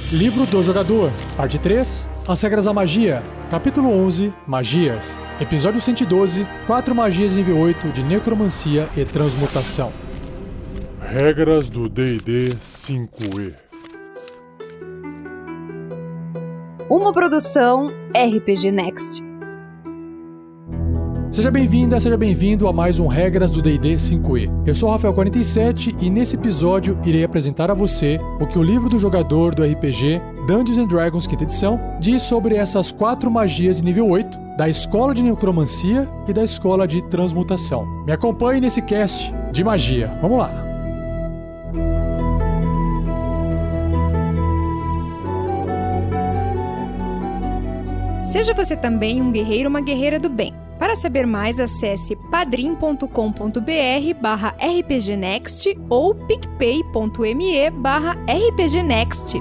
Livro do Jogador, Parte 3, As Regras da Magia, Capítulo 11, Magias, Episódio 112, 4 magias nível 8 de Necromancia e Transmutação. Regras do D&D 5e. Uma produção RPG Next. Seja bem-vinda, seja bem-vindo a mais um Regras do D&D 5e. Eu sou o Rafael47 e nesse episódio irei apresentar a você o que o livro do jogador do RPG Dungeons & Dragons 5ª edição diz sobre essas 4 magias de nível 8 da Escola de Necromancia e da Escola de Transmutação. Me acompanhe nesse cast de magia. Vamos lá! Seja você também um guerreiro ou uma guerreira do bem. Para saber mais, acesse padrim.com.br/rpgnext ou picpay.me/rpgnext.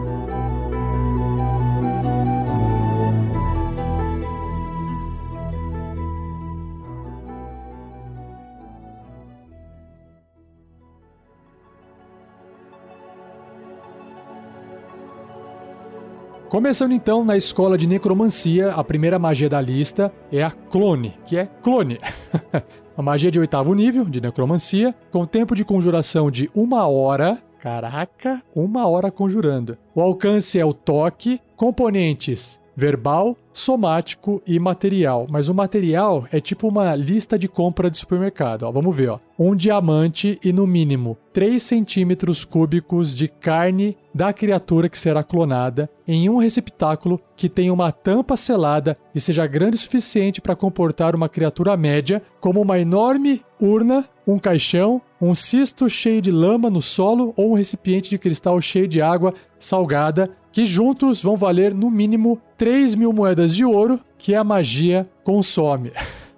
Começando então na Escola de Necromancia, a primeira magia da lista é a Clone, que é clone. Uma magia de 8º nível de Necromancia, com tempo de conjuração de 1 hora. Caraca, 1 hora conjurando. O alcance é o toque, componentes verbal, somático e material. Mas o material é tipo uma lista de compra de supermercado. Ó, vamos ver, ó. Um diamante e no mínimo 3 centímetros cúbicos de carne da criatura que será clonada em um receptáculo que tenha uma tampa selada e seja grande o suficiente para comportar uma criatura média, como uma enorme urna, um caixão, um cisto cheio de lama no solo ou um recipiente de cristal cheio de água salgada, que juntos vão valer no mínimo 3.000 moedas de ouro que a magia consome.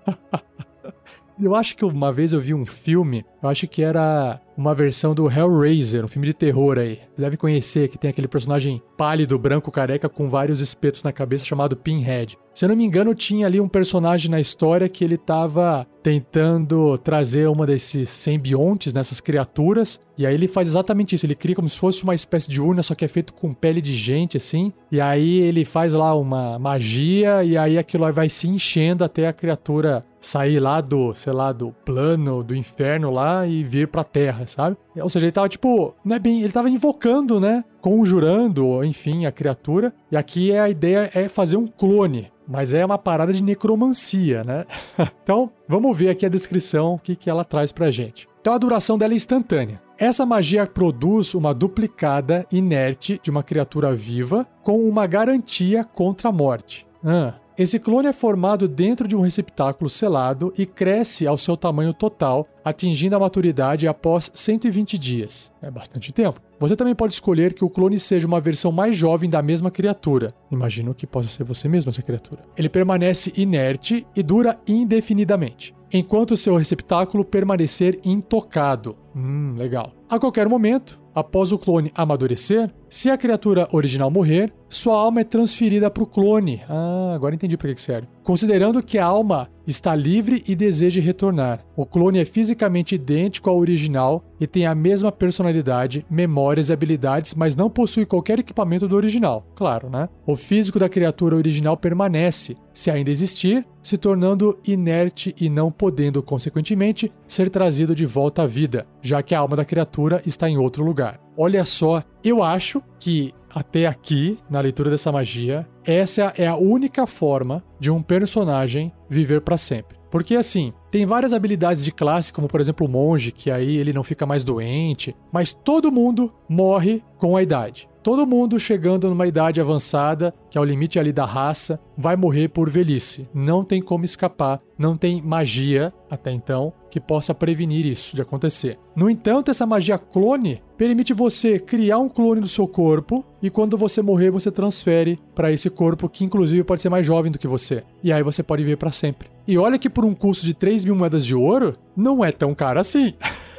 Eu acho que uma vez eu vi um filme, eu acho que era uma versão do Hellraiser, um filme de terror aí. Você deve conhecer, que tem aquele personagem pálido, branco, careca, com vários espetos na cabeça, chamado Pinhead. Se eu não me engano, tinha ali um personagem na história que ele tava tentando trazer uma desses simbiontes, nessas criaturas, e aí ele faz exatamente isso, ele cria como se fosse uma espécie de urna, só que é feito com pele de gente, assim, e aí ele faz lá uma magia, e aí aquilo aí vai se enchendo até a criatura sair lá do, sei lá, do plano, do inferno lá e vir pra terra, sabe? Ou seja, ele tava tipo, não é bem, ele tava invocando, né? Conjurando, enfim, a criatura. E aqui a ideia é fazer um clone, mas é uma parada de necromancia, né? Então, vamos ver aqui a descrição, o que ela traz pra gente. Então, a duração dela é instantânea. Essa magia produz uma duplicada inerte de uma criatura viva com uma garantia contra a morte. Esse clone é formado dentro de um receptáculo selado e cresce ao seu tamanho total, atingindo a maturidade após 120 dias. É bastante tempo. Você também pode escolher que o clone seja uma versão mais jovem da mesma criatura. Imagino que possa ser você mesmo essa criatura. Ele permanece inerte e dura indefinidamente, enquanto o seu receptáculo permanecer intocado. Legal. A qualquer momento, após o clone amadurecer, se a criatura original morrer, sua alma é transferida para o clone. Agora entendi por que serve. Considerando que a alma está livre e deseja retornar. O clone é fisicamente idêntico ao original e tem a mesma personalidade, memórias e habilidades, mas não possui qualquer equipamento do original. Claro, né? O físico da criatura original permanece, se ainda existir, se tornando inerte e não podendo, consequentemente, ser trazido de volta à vida, já que a alma da criatura está em outro lugar. Olha só, eu acho que até aqui, na leitura dessa magia, essa é a única forma de um personagem viver para sempre. Porque assim, tem várias habilidades de classe, como por exemplo o monge, que aí ele não fica mais doente, mas todo mundo morre com a idade. Todo mundo chegando numa idade avançada, que é o limite ali da raça, vai morrer por velhice. Não tem como escapar, não tem magia, até então, que possa prevenir isso de acontecer. No entanto, essa magia clone permite você criar um clone do seu corpo e quando você morrer, você transfere para esse corpo que inclusive pode ser mais jovem do que você. E aí você pode viver para sempre. E olha que por um custo de 3.000 moedas de ouro, não é tão caro assim.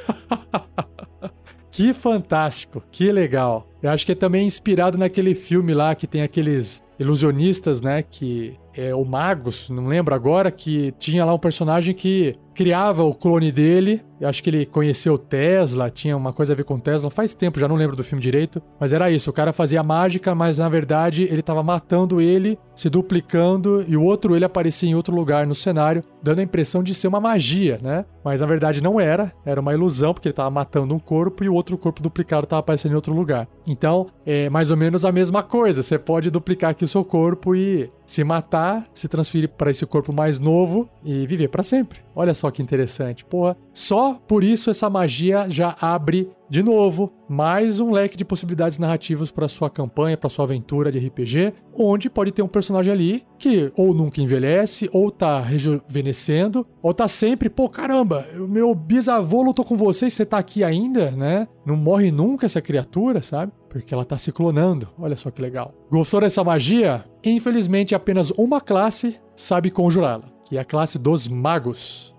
Que fantástico, que legal. Eu acho que é também inspirado naquele filme lá que tem aqueles ilusionistas, né, que o Magus, não lembro agora, que tinha lá um personagem que criava o clone dele. Eu acho que ele conheceu o Tesla, tinha uma coisa a ver com o Tesla. Faz tempo, já não lembro do filme direito. Mas era isso, o cara fazia mágica, mas na verdade ele tava matando ele, se duplicando, e o outro ele aparecia em outro lugar no cenário, dando a impressão de ser uma magia, né? Mas na verdade não era uma ilusão, porque ele tava matando um corpo e o outro corpo duplicado tava aparecendo em outro lugar. Então, é mais ou menos a mesma coisa. Você pode duplicar aqui o seu corpo e se matar, se transferir para esse corpo mais novo e viver para sempre. Olha só que interessante. Porra, só por isso essa magia já abre, de novo, mais um leque de possibilidades narrativas para sua campanha, para sua aventura de RPG, onde pode ter um personagem ali que ou nunca envelhece, ou tá rejuvenescendo, ou tá sempre, pô, caramba, o meu bisavô lutou com você e você tá aqui ainda, né? Não morre nunca essa criatura, sabe? Porque ela tá se clonando. Olha só que legal. Gostou dessa magia? Infelizmente, apenas uma classe sabe conjurá-la, que é a classe dos magos.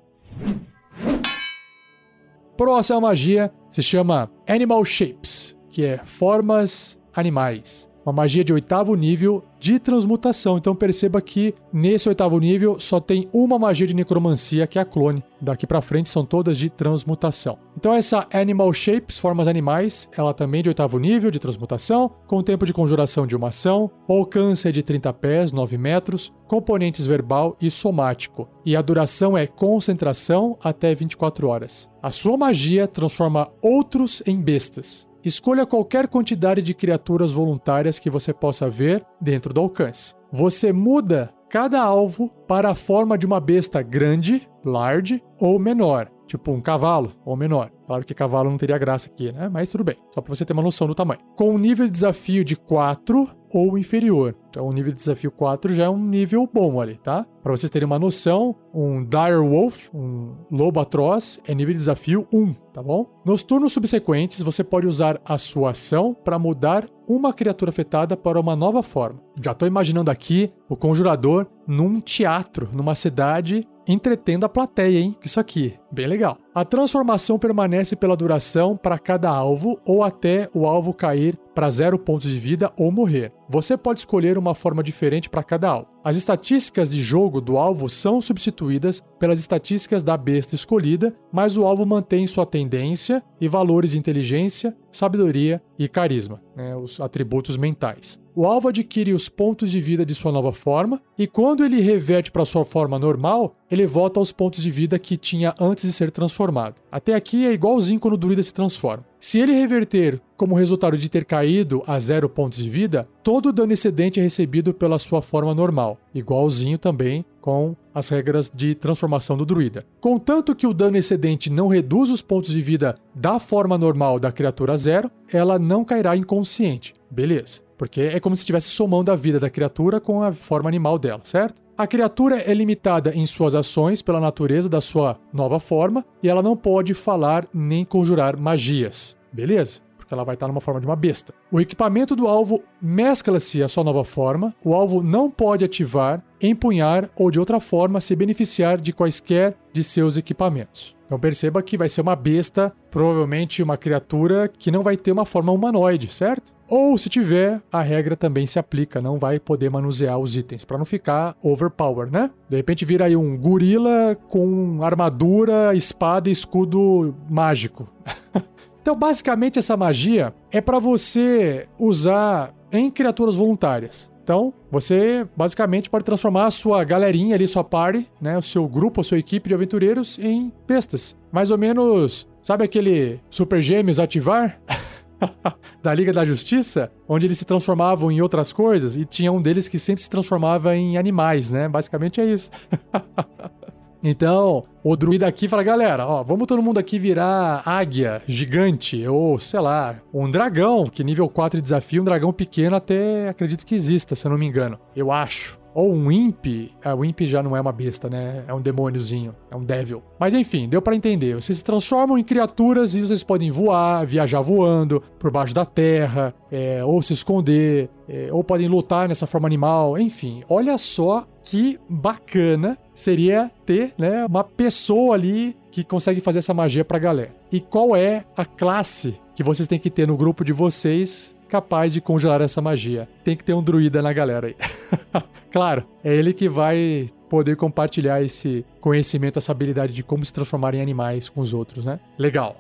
Próxima magia se chama Animal Shapes, que é formas animais. Uma magia de 8º nível de transmutação. Então perceba que nesse 8º nível só tem uma magia de necromancia, que é a clone. Daqui pra frente são todas de transmutação. Então essa Animal Shapes, formas animais, ela também é de 8º nível de transmutação, com tempo de conjuração de uma ação, o alcance é de 30 pés, 9 metros, componentes verbal e somático. E a duração é concentração até 24 horas. A sua magia transforma outros em bestas. Escolha qualquer quantidade de criaturas voluntárias que você possa ver dentro do alcance. Você muda cada alvo para a forma de uma besta grande, large, ou menor, tipo um cavalo ou menor. Claro que cavalo não teria graça aqui, né? Mas tudo bem, só para você ter uma noção do tamanho. Com um nível de desafio de 4 ou inferior. Então o nível de desafio 4 já é um nível bom ali, tá? Para vocês terem uma noção, um Dire Wolf, um lobo atroz, é nível de desafio 1, tá bom? Nos turnos subsequentes, você pode usar a sua ação para mudar uma criatura afetada para uma nova forma. Já tô imaginando aqui o conjurador num teatro, numa cidade, entretendo a plateia, hein? Isso aqui, bem legal. A transformação permanece pela duração para cada alvo ou até o alvo cair para 0 pontos de vida ou morrer. Você pode escolher uma forma diferente para cada alvo. As estatísticas de jogo do alvo são substituídas pelas estatísticas da besta escolhida, mas o alvo mantém sua tendência e valores de inteligência, sabedoria e carisma, né, os atributos mentais. O alvo adquire os pontos de vida de sua nova forma, e quando ele reverte para sua forma normal, ele volta aos pontos de vida que tinha antes de ser transformado. Até aqui é igualzinho quando o druida se transforma. Se ele reverter como resultado de ter caído a 0 pontos de vida, todo o dano excedente é recebido pela sua forma normal, igualzinho também com as regras de transformação do druida. Contanto que o dano excedente não reduz os pontos de vida da forma normal da criatura 0, ela não cairá inconsciente. Beleza. Porque é como se estivesse somando a vida da criatura com a forma animal dela, certo? A criatura é limitada em suas ações pela natureza da sua nova forma e ela não pode falar nem conjurar magias, beleza? Porque ela vai estar numa forma de uma besta. O equipamento do alvo mescla-se à sua nova forma, o alvo não pode ativar, empunhar ou de outra forma se beneficiar de quaisquer de seus equipamentos. Então perceba que vai ser uma besta, provavelmente uma criatura que não vai ter uma forma humanoide, certo? Ou se tiver, a regra também se aplica, não vai poder manusear os itens, para não ficar overpower, né? De repente vira aí um gorila com armadura, espada e escudo mágico. Então basicamente essa magia é para você usar em criaturas voluntárias. Então, você basicamente pode transformar a sua galerinha ali, sua party, né, o seu grupo, a sua equipe de aventureiros em bestas. Mais ou menos, sabe aquele Super Gêmeos ativar? Da Liga da Justiça, onde eles se transformavam em outras coisas e tinha um deles que sempre se transformava em animais, né? Basicamente é isso. Então, o druida aqui fala, galera, ó, vamos todo mundo aqui virar águia gigante, ou, sei lá, um dragão, que nível 4 de desafio, um dragão pequeno até acredito que exista, se eu não me engano. Eu acho. Ou um imp. O imp já não é uma besta, né? É um demôniozinho, é um devil. Mas enfim, deu pra entender. Vocês se transformam em criaturas e vocês podem voar, viajar voando por baixo da terra, ou se esconder, ou podem lutar nessa forma animal. Enfim, olha só que bacana seria ter, né, uma pessoa ali que consegue fazer essa magia pra galera. E qual é a classe que vocês têm que ter no grupo de vocês capaz de conjurar essa magia? Tem que ter um druida na galera aí. Claro, é ele que vai poder compartilhar esse conhecimento, essa habilidade de como se transformar em animais com os outros, né? Legal.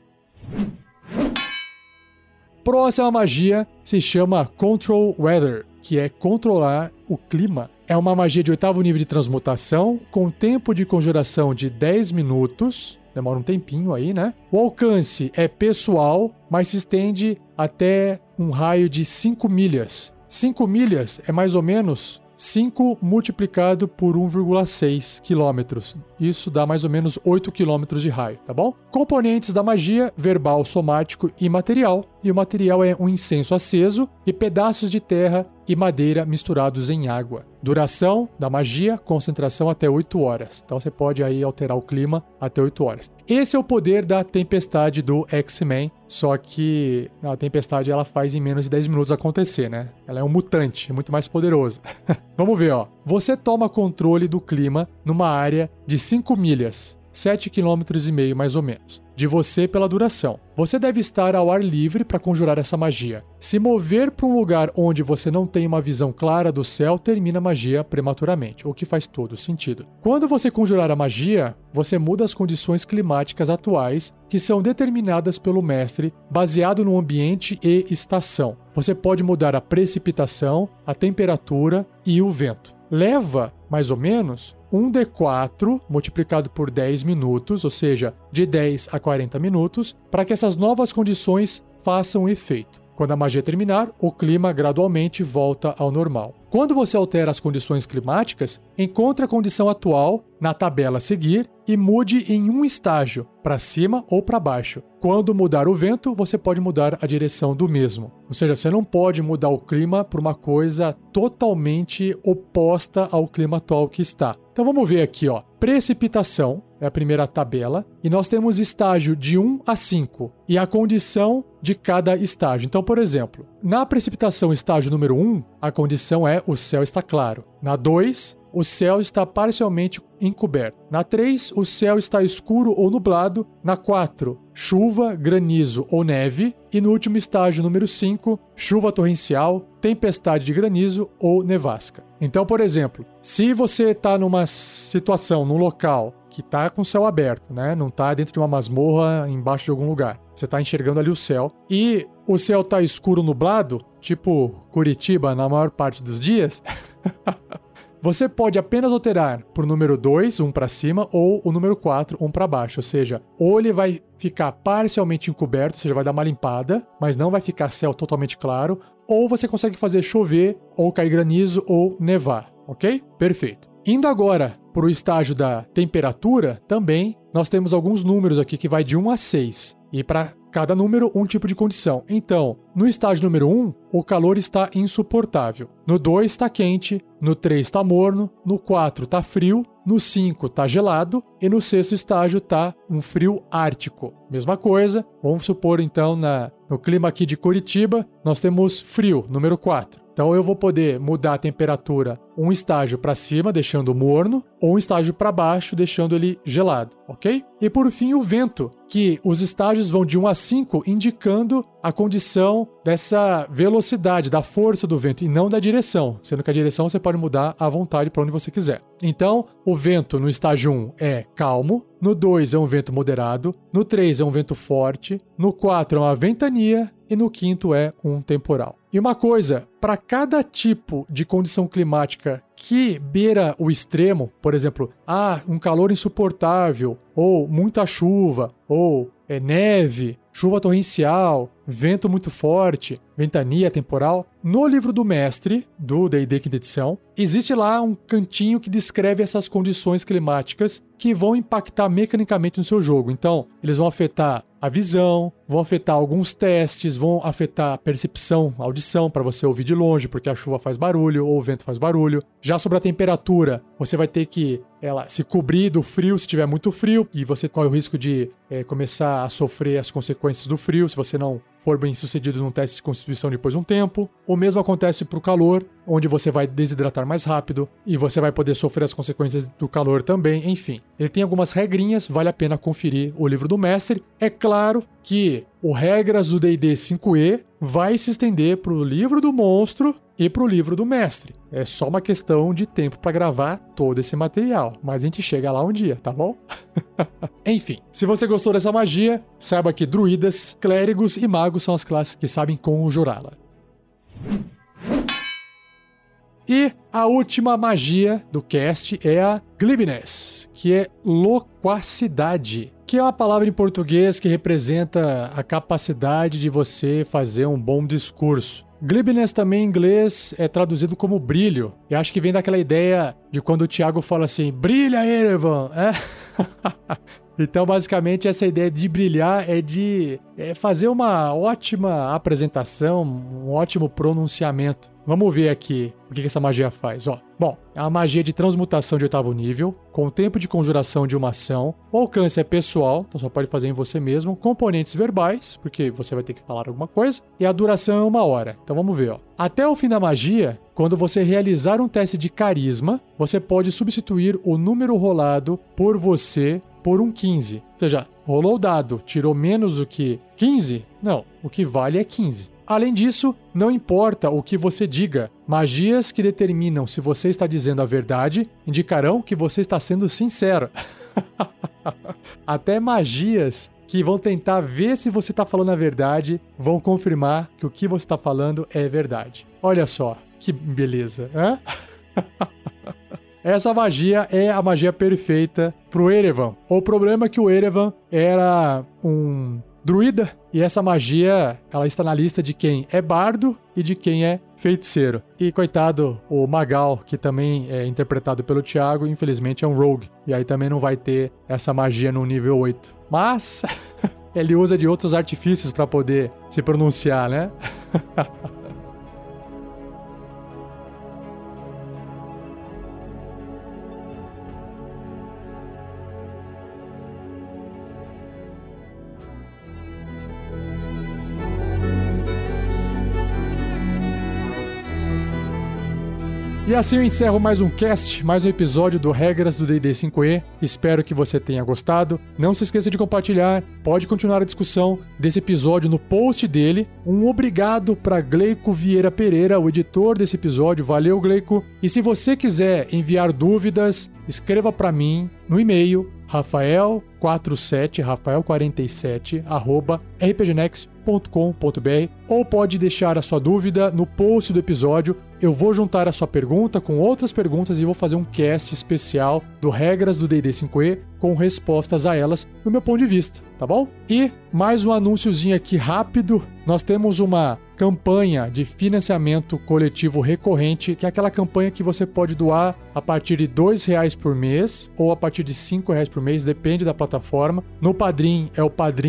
Próxima magia se chama Control Weather, que é controlar o clima. É uma magia de 8º nível de transmutação, com tempo de conjuração de 10 minutos. Demora um tempinho aí, né? O alcance é pessoal, mas se estende até um raio de 5 milhas. 5 milhas é mais ou menos 5 multiplicado por 1,6 quilômetros. Isso dá mais ou menos 8 quilômetros de raio, tá bom? Componentes da magia: verbal, somático e material. E o material é um incenso aceso e pedaços de terra e madeira misturados em água. Duração da magia: concentração até 8 horas. Então você pode aí alterar o clima até 8 horas. Esse é o poder da tempestade do X-Men, só que a tempestade ela faz em menos de 10 minutos acontecer, né? Ela é um mutante, é muito mais poderosa. Vamos ver, ó. Você toma controle do clima numa área de 5 milhas, 7,5 km mais ou menos, de você pela duração. Você deve estar ao ar livre para conjurar essa magia. Se mover para um lugar onde você não tem uma visão clara do céu, termina a magia prematuramente, o que faz todo sentido. Quando você conjurar a magia, você muda as condições climáticas atuais, que são determinadas pelo mestre, baseado no ambiente e estação. Você pode mudar a precipitação, a temperatura e o vento. Leva, mais ou menos, 1d4 multiplicado por 10 minutos, ou seja, de 10 a 40 minutos, para que essas novas condições façam efeito. Quando a magia terminar, o clima gradualmente volta ao normal. Quando você altera as condições climáticas, encontre a condição atual na tabela a seguir e mude em um estágio, para cima ou para baixo. Quando mudar o vento, você pode mudar a direção do mesmo. Ou seja, você não pode mudar o clima por uma coisa totalmente oposta ao clima atual que está. Então vamos ver aqui, ó. Precipitação é a primeira tabela e nós temos estágio de 1 a 5 e a condição de cada estágio. Então, por exemplo, na precipitação estágio número 1, a condição é o céu está claro. Na 2, o céu está parcialmente encoberto. Na 3, o céu está escuro ou nublado. Na 4, chuva, granizo ou neve. E no último estágio, número 5, chuva torrencial, tempestade de granizo ou nevasca. Então, por exemplo, se você está numa situação, num local que está com o céu aberto, né? Não está dentro de uma masmorra embaixo de algum lugar. Você está enxergando ali o céu. E o céu está escuro, nublado, tipo Curitiba na maior parte dos dias. Você pode apenas alterar por número 2, 1 para cima, ou o número 4, 1 para baixo. Ou seja, ou ele vai ficar parcialmente encoberto, ou seja, vai dar uma limpada, mas não vai ficar céu totalmente claro, ou você consegue fazer chover, ou cair granizo, ou nevar, ok? Perfeito. Indo agora para o estágio da temperatura, também nós temos alguns números aqui que vai de 1 a 6. E para cada número, um tipo de condição. Então, no estágio número 1, o calor está insuportável. No 2 está quente, no 3 está morno, no 4 está frio, no 5 está gelado e no 6º estágio está um frio ártico. Mesma coisa, vamos supor então no clima aqui de Curitiba, nós temos frio, número 4. Então eu vou poder mudar a temperatura um estágio para cima, deixando morno, ou um estágio para baixo, deixando ele gelado, ok? E por fim o vento, que os estágios vão de 1 a 5, indicando a condição dessa velocidade, da força do vento, e não da direção, sendo que a direção você pode mudar à vontade para onde você quiser. Então, o vento no estágio 1 é calmo, no 2 é um vento moderado, no 3 é um vento forte, no 4 é uma ventania e no 5º é um temporal. E uma coisa, para cada tipo de condição climática que beira o extremo, por exemplo, um calor insuportável, ou muita chuva, ou neve, chuva torrencial, vento muito forte, ventania temporal. No livro do mestre, do D&D Quinta Edição, existe lá um cantinho que descreve essas condições climáticas que vão impactar mecanicamente no seu jogo. Então, eles vão afetar a visão, vão afetar alguns testes, vão afetar a percepção, a audição, para você ouvir de longe, porque a chuva faz barulho ou o vento faz barulho. Já sobre a temperatura, você vai ter que se cobrir do frio se tiver muito frio, e você corre o risco de começar a sofrer as consequências do frio se você não for bem sucedido num teste de constituição depois de um tempo. O mesmo acontece para o calor. onde você vai desidratar mais rápido e você vai poder sofrer as consequências do calor também, enfim. Ele tem algumas regrinhas, vale a pena conferir o livro do mestre. É claro que o Regras do D&D 5e vai se estender para o livro do monstro e para o livro do mestre. É só uma questão de tempo para gravar todo esse material, mas a gente chega lá um dia, tá bom? Enfim, se você gostou dessa magia, saiba que druidas, clérigos e magos são as classes que sabem conjurá-la. E a última magia do cast é a glibness, que é loquacidade, que é uma palavra em português que representa a capacidade de você fazer um bom discurso. Glibness também em inglês é traduzido como brilho. E acho que vem daquela ideia de quando o Thiago fala assim, brilha, Erevan! Então, basicamente, essa ideia de brilhar é de fazer uma ótima apresentação, um ótimo pronunciamento. Vamos ver aqui o que essa magia faz. Bom, é uma magia de transmutação de 8º nível, com tempo de conjuração de uma ação, o alcance é pessoal, então só pode fazer em você mesmo, componentes verbais, porque você vai ter que falar alguma coisa, e a duração é 1 hora. Então vamos ver. Até o fim da magia, quando você realizar um teste de carisma, você pode substituir o número rolado por você por um 15. Ou seja, rolou o dado, tirou menos do que 15? Não, o que vale é 15. Além disso, não importa o que você diga, magias que determinam se você está dizendo a verdade indicarão que você está sendo sincero. Até magias que vão tentar ver se você está falando a verdade vão confirmar que o que você está falando é verdade. Olha só, que beleza, hein? Essa magia é a magia perfeita pro Erevan. O problema é que o Erevan era um druida, e essa magia, ela está na lista de quem é bardo e de quem é feiticeiro. E coitado, o Magal, que também é interpretado pelo Thiago, infelizmente é um rogue. E aí também não vai ter essa magia no nível 8. Mas ele usa de outros artifícios para poder se pronunciar, né? E assim eu encerro mais um cast, mais um episódio do Regras do D&D 5e. Espero que você tenha gostado. Não se esqueça de compartilhar, pode continuar a discussão desse episódio no post dele. Um obrigado para Gleico Vieira Pereira, o editor desse episódio. Valeu, Gleico. E se você quiser enviar dúvidas, escreva para mim no e-mail rafael47, ou pode deixar a sua dúvida no post do episódio. Eu vou juntar a sua pergunta com outras perguntas e vou fazer um cast especial do Regras do D&D 5e com respostas a elas do meu ponto de vista, tá bom? E mais um anúnciozinho aqui rápido. Nós temos uma campanha de financiamento coletivo recorrente, que é aquela campanha que você pode doar a partir de R$2 por mês ou a partir de R$5 por mês, depende da plataforma. No Padrim é o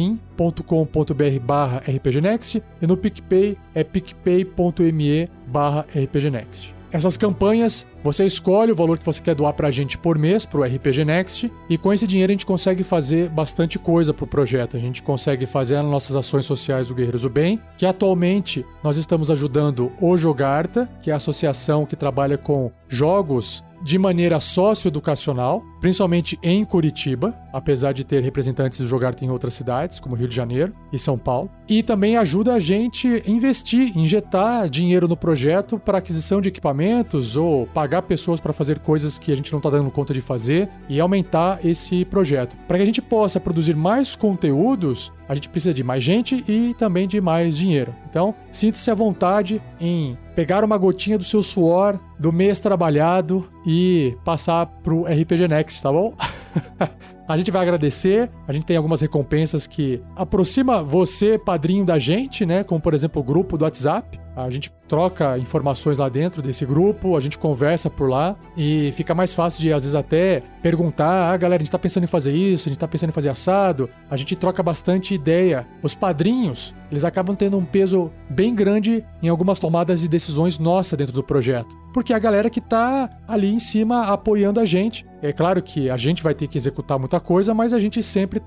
padrim.com.br/rpgnext e no PicPay é picpay.me/rpgnext. Essas campanhas, você escolhe o valor que você quer doar pra gente por mês, pro RPG Next, e com esse dinheiro a gente consegue fazer bastante coisa pro projeto. A gente consegue fazer as nossas ações sociais do Guerreiros do Bem, que atualmente nós estamos ajudando o Jogarta, que é a associação que trabalha com jogos de maneira socioeducacional, principalmente em Curitiba, apesar de ter representantes do Jogarta em outras cidades, como Rio de Janeiro e São Paulo. E também ajuda a gente a investir, injetar dinheiro no projeto para aquisição de equipamentos ou pagar pessoas para fazer coisas que a gente não está dando conta de fazer e aumentar esse projeto. Para que a gente possa produzir mais conteúdos, a gente precisa de mais gente e também de mais dinheiro. Então, sinta-se à vontade em pegar uma gotinha do seu suor, do mês trabalhado e passar pro RPG Next, tá bom? A gente vai agradecer, a gente tem algumas recompensas que aproxima você, padrinho da gente, né? Como, por exemplo, o grupo do WhatsApp. A gente troca informações lá dentro desse grupo, a gente conversa por lá e fica mais fácil de, às vezes, até perguntar: galera, a gente tá pensando em fazer isso, a gente tá pensando em fazer assado. A gente troca bastante ideia. Os padrinhos, eles acabam tendo um peso bem grande em algumas tomadas de decisões nossas dentro do projeto, porque é a galera que tá ali em cima apoiando a gente. É claro que a gente vai ter que executar muita coisa, mas a gente sempre tá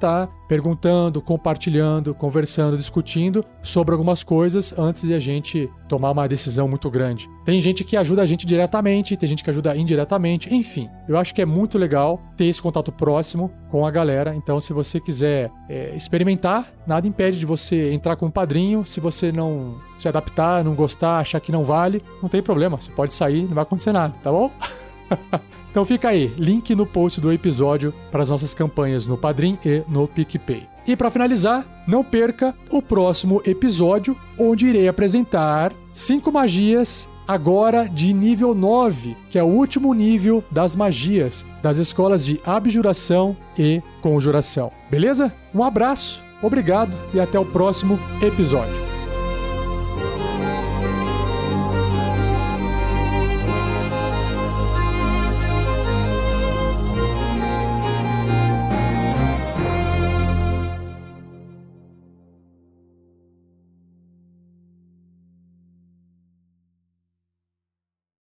perguntando, compartilhando, conversando, discutindo sobre algumas coisas antes de a gente tomar uma decisão muito grande. Tem gente que ajuda a gente diretamente, tem gente que ajuda indiretamente, enfim. Eu acho que é muito legal ter esse contato próximo com a galera. Então, se você quiser experimentar, nada impede de você entrar como padrinho. Se você não se adaptar, não gostar, achar que não vale, não tem problema. Você pode sair, não vai acontecer nada, tá bom? Então fica aí, link no post do episódio para as nossas campanhas no Padrim e no PicPay. E para finalizar, não perca o próximo episódio, onde irei apresentar 5 magias agora de nível 9, que é o último nível das magias das escolas de abjuração e conjuração. Beleza? Um abraço, obrigado e até o próximo episódio.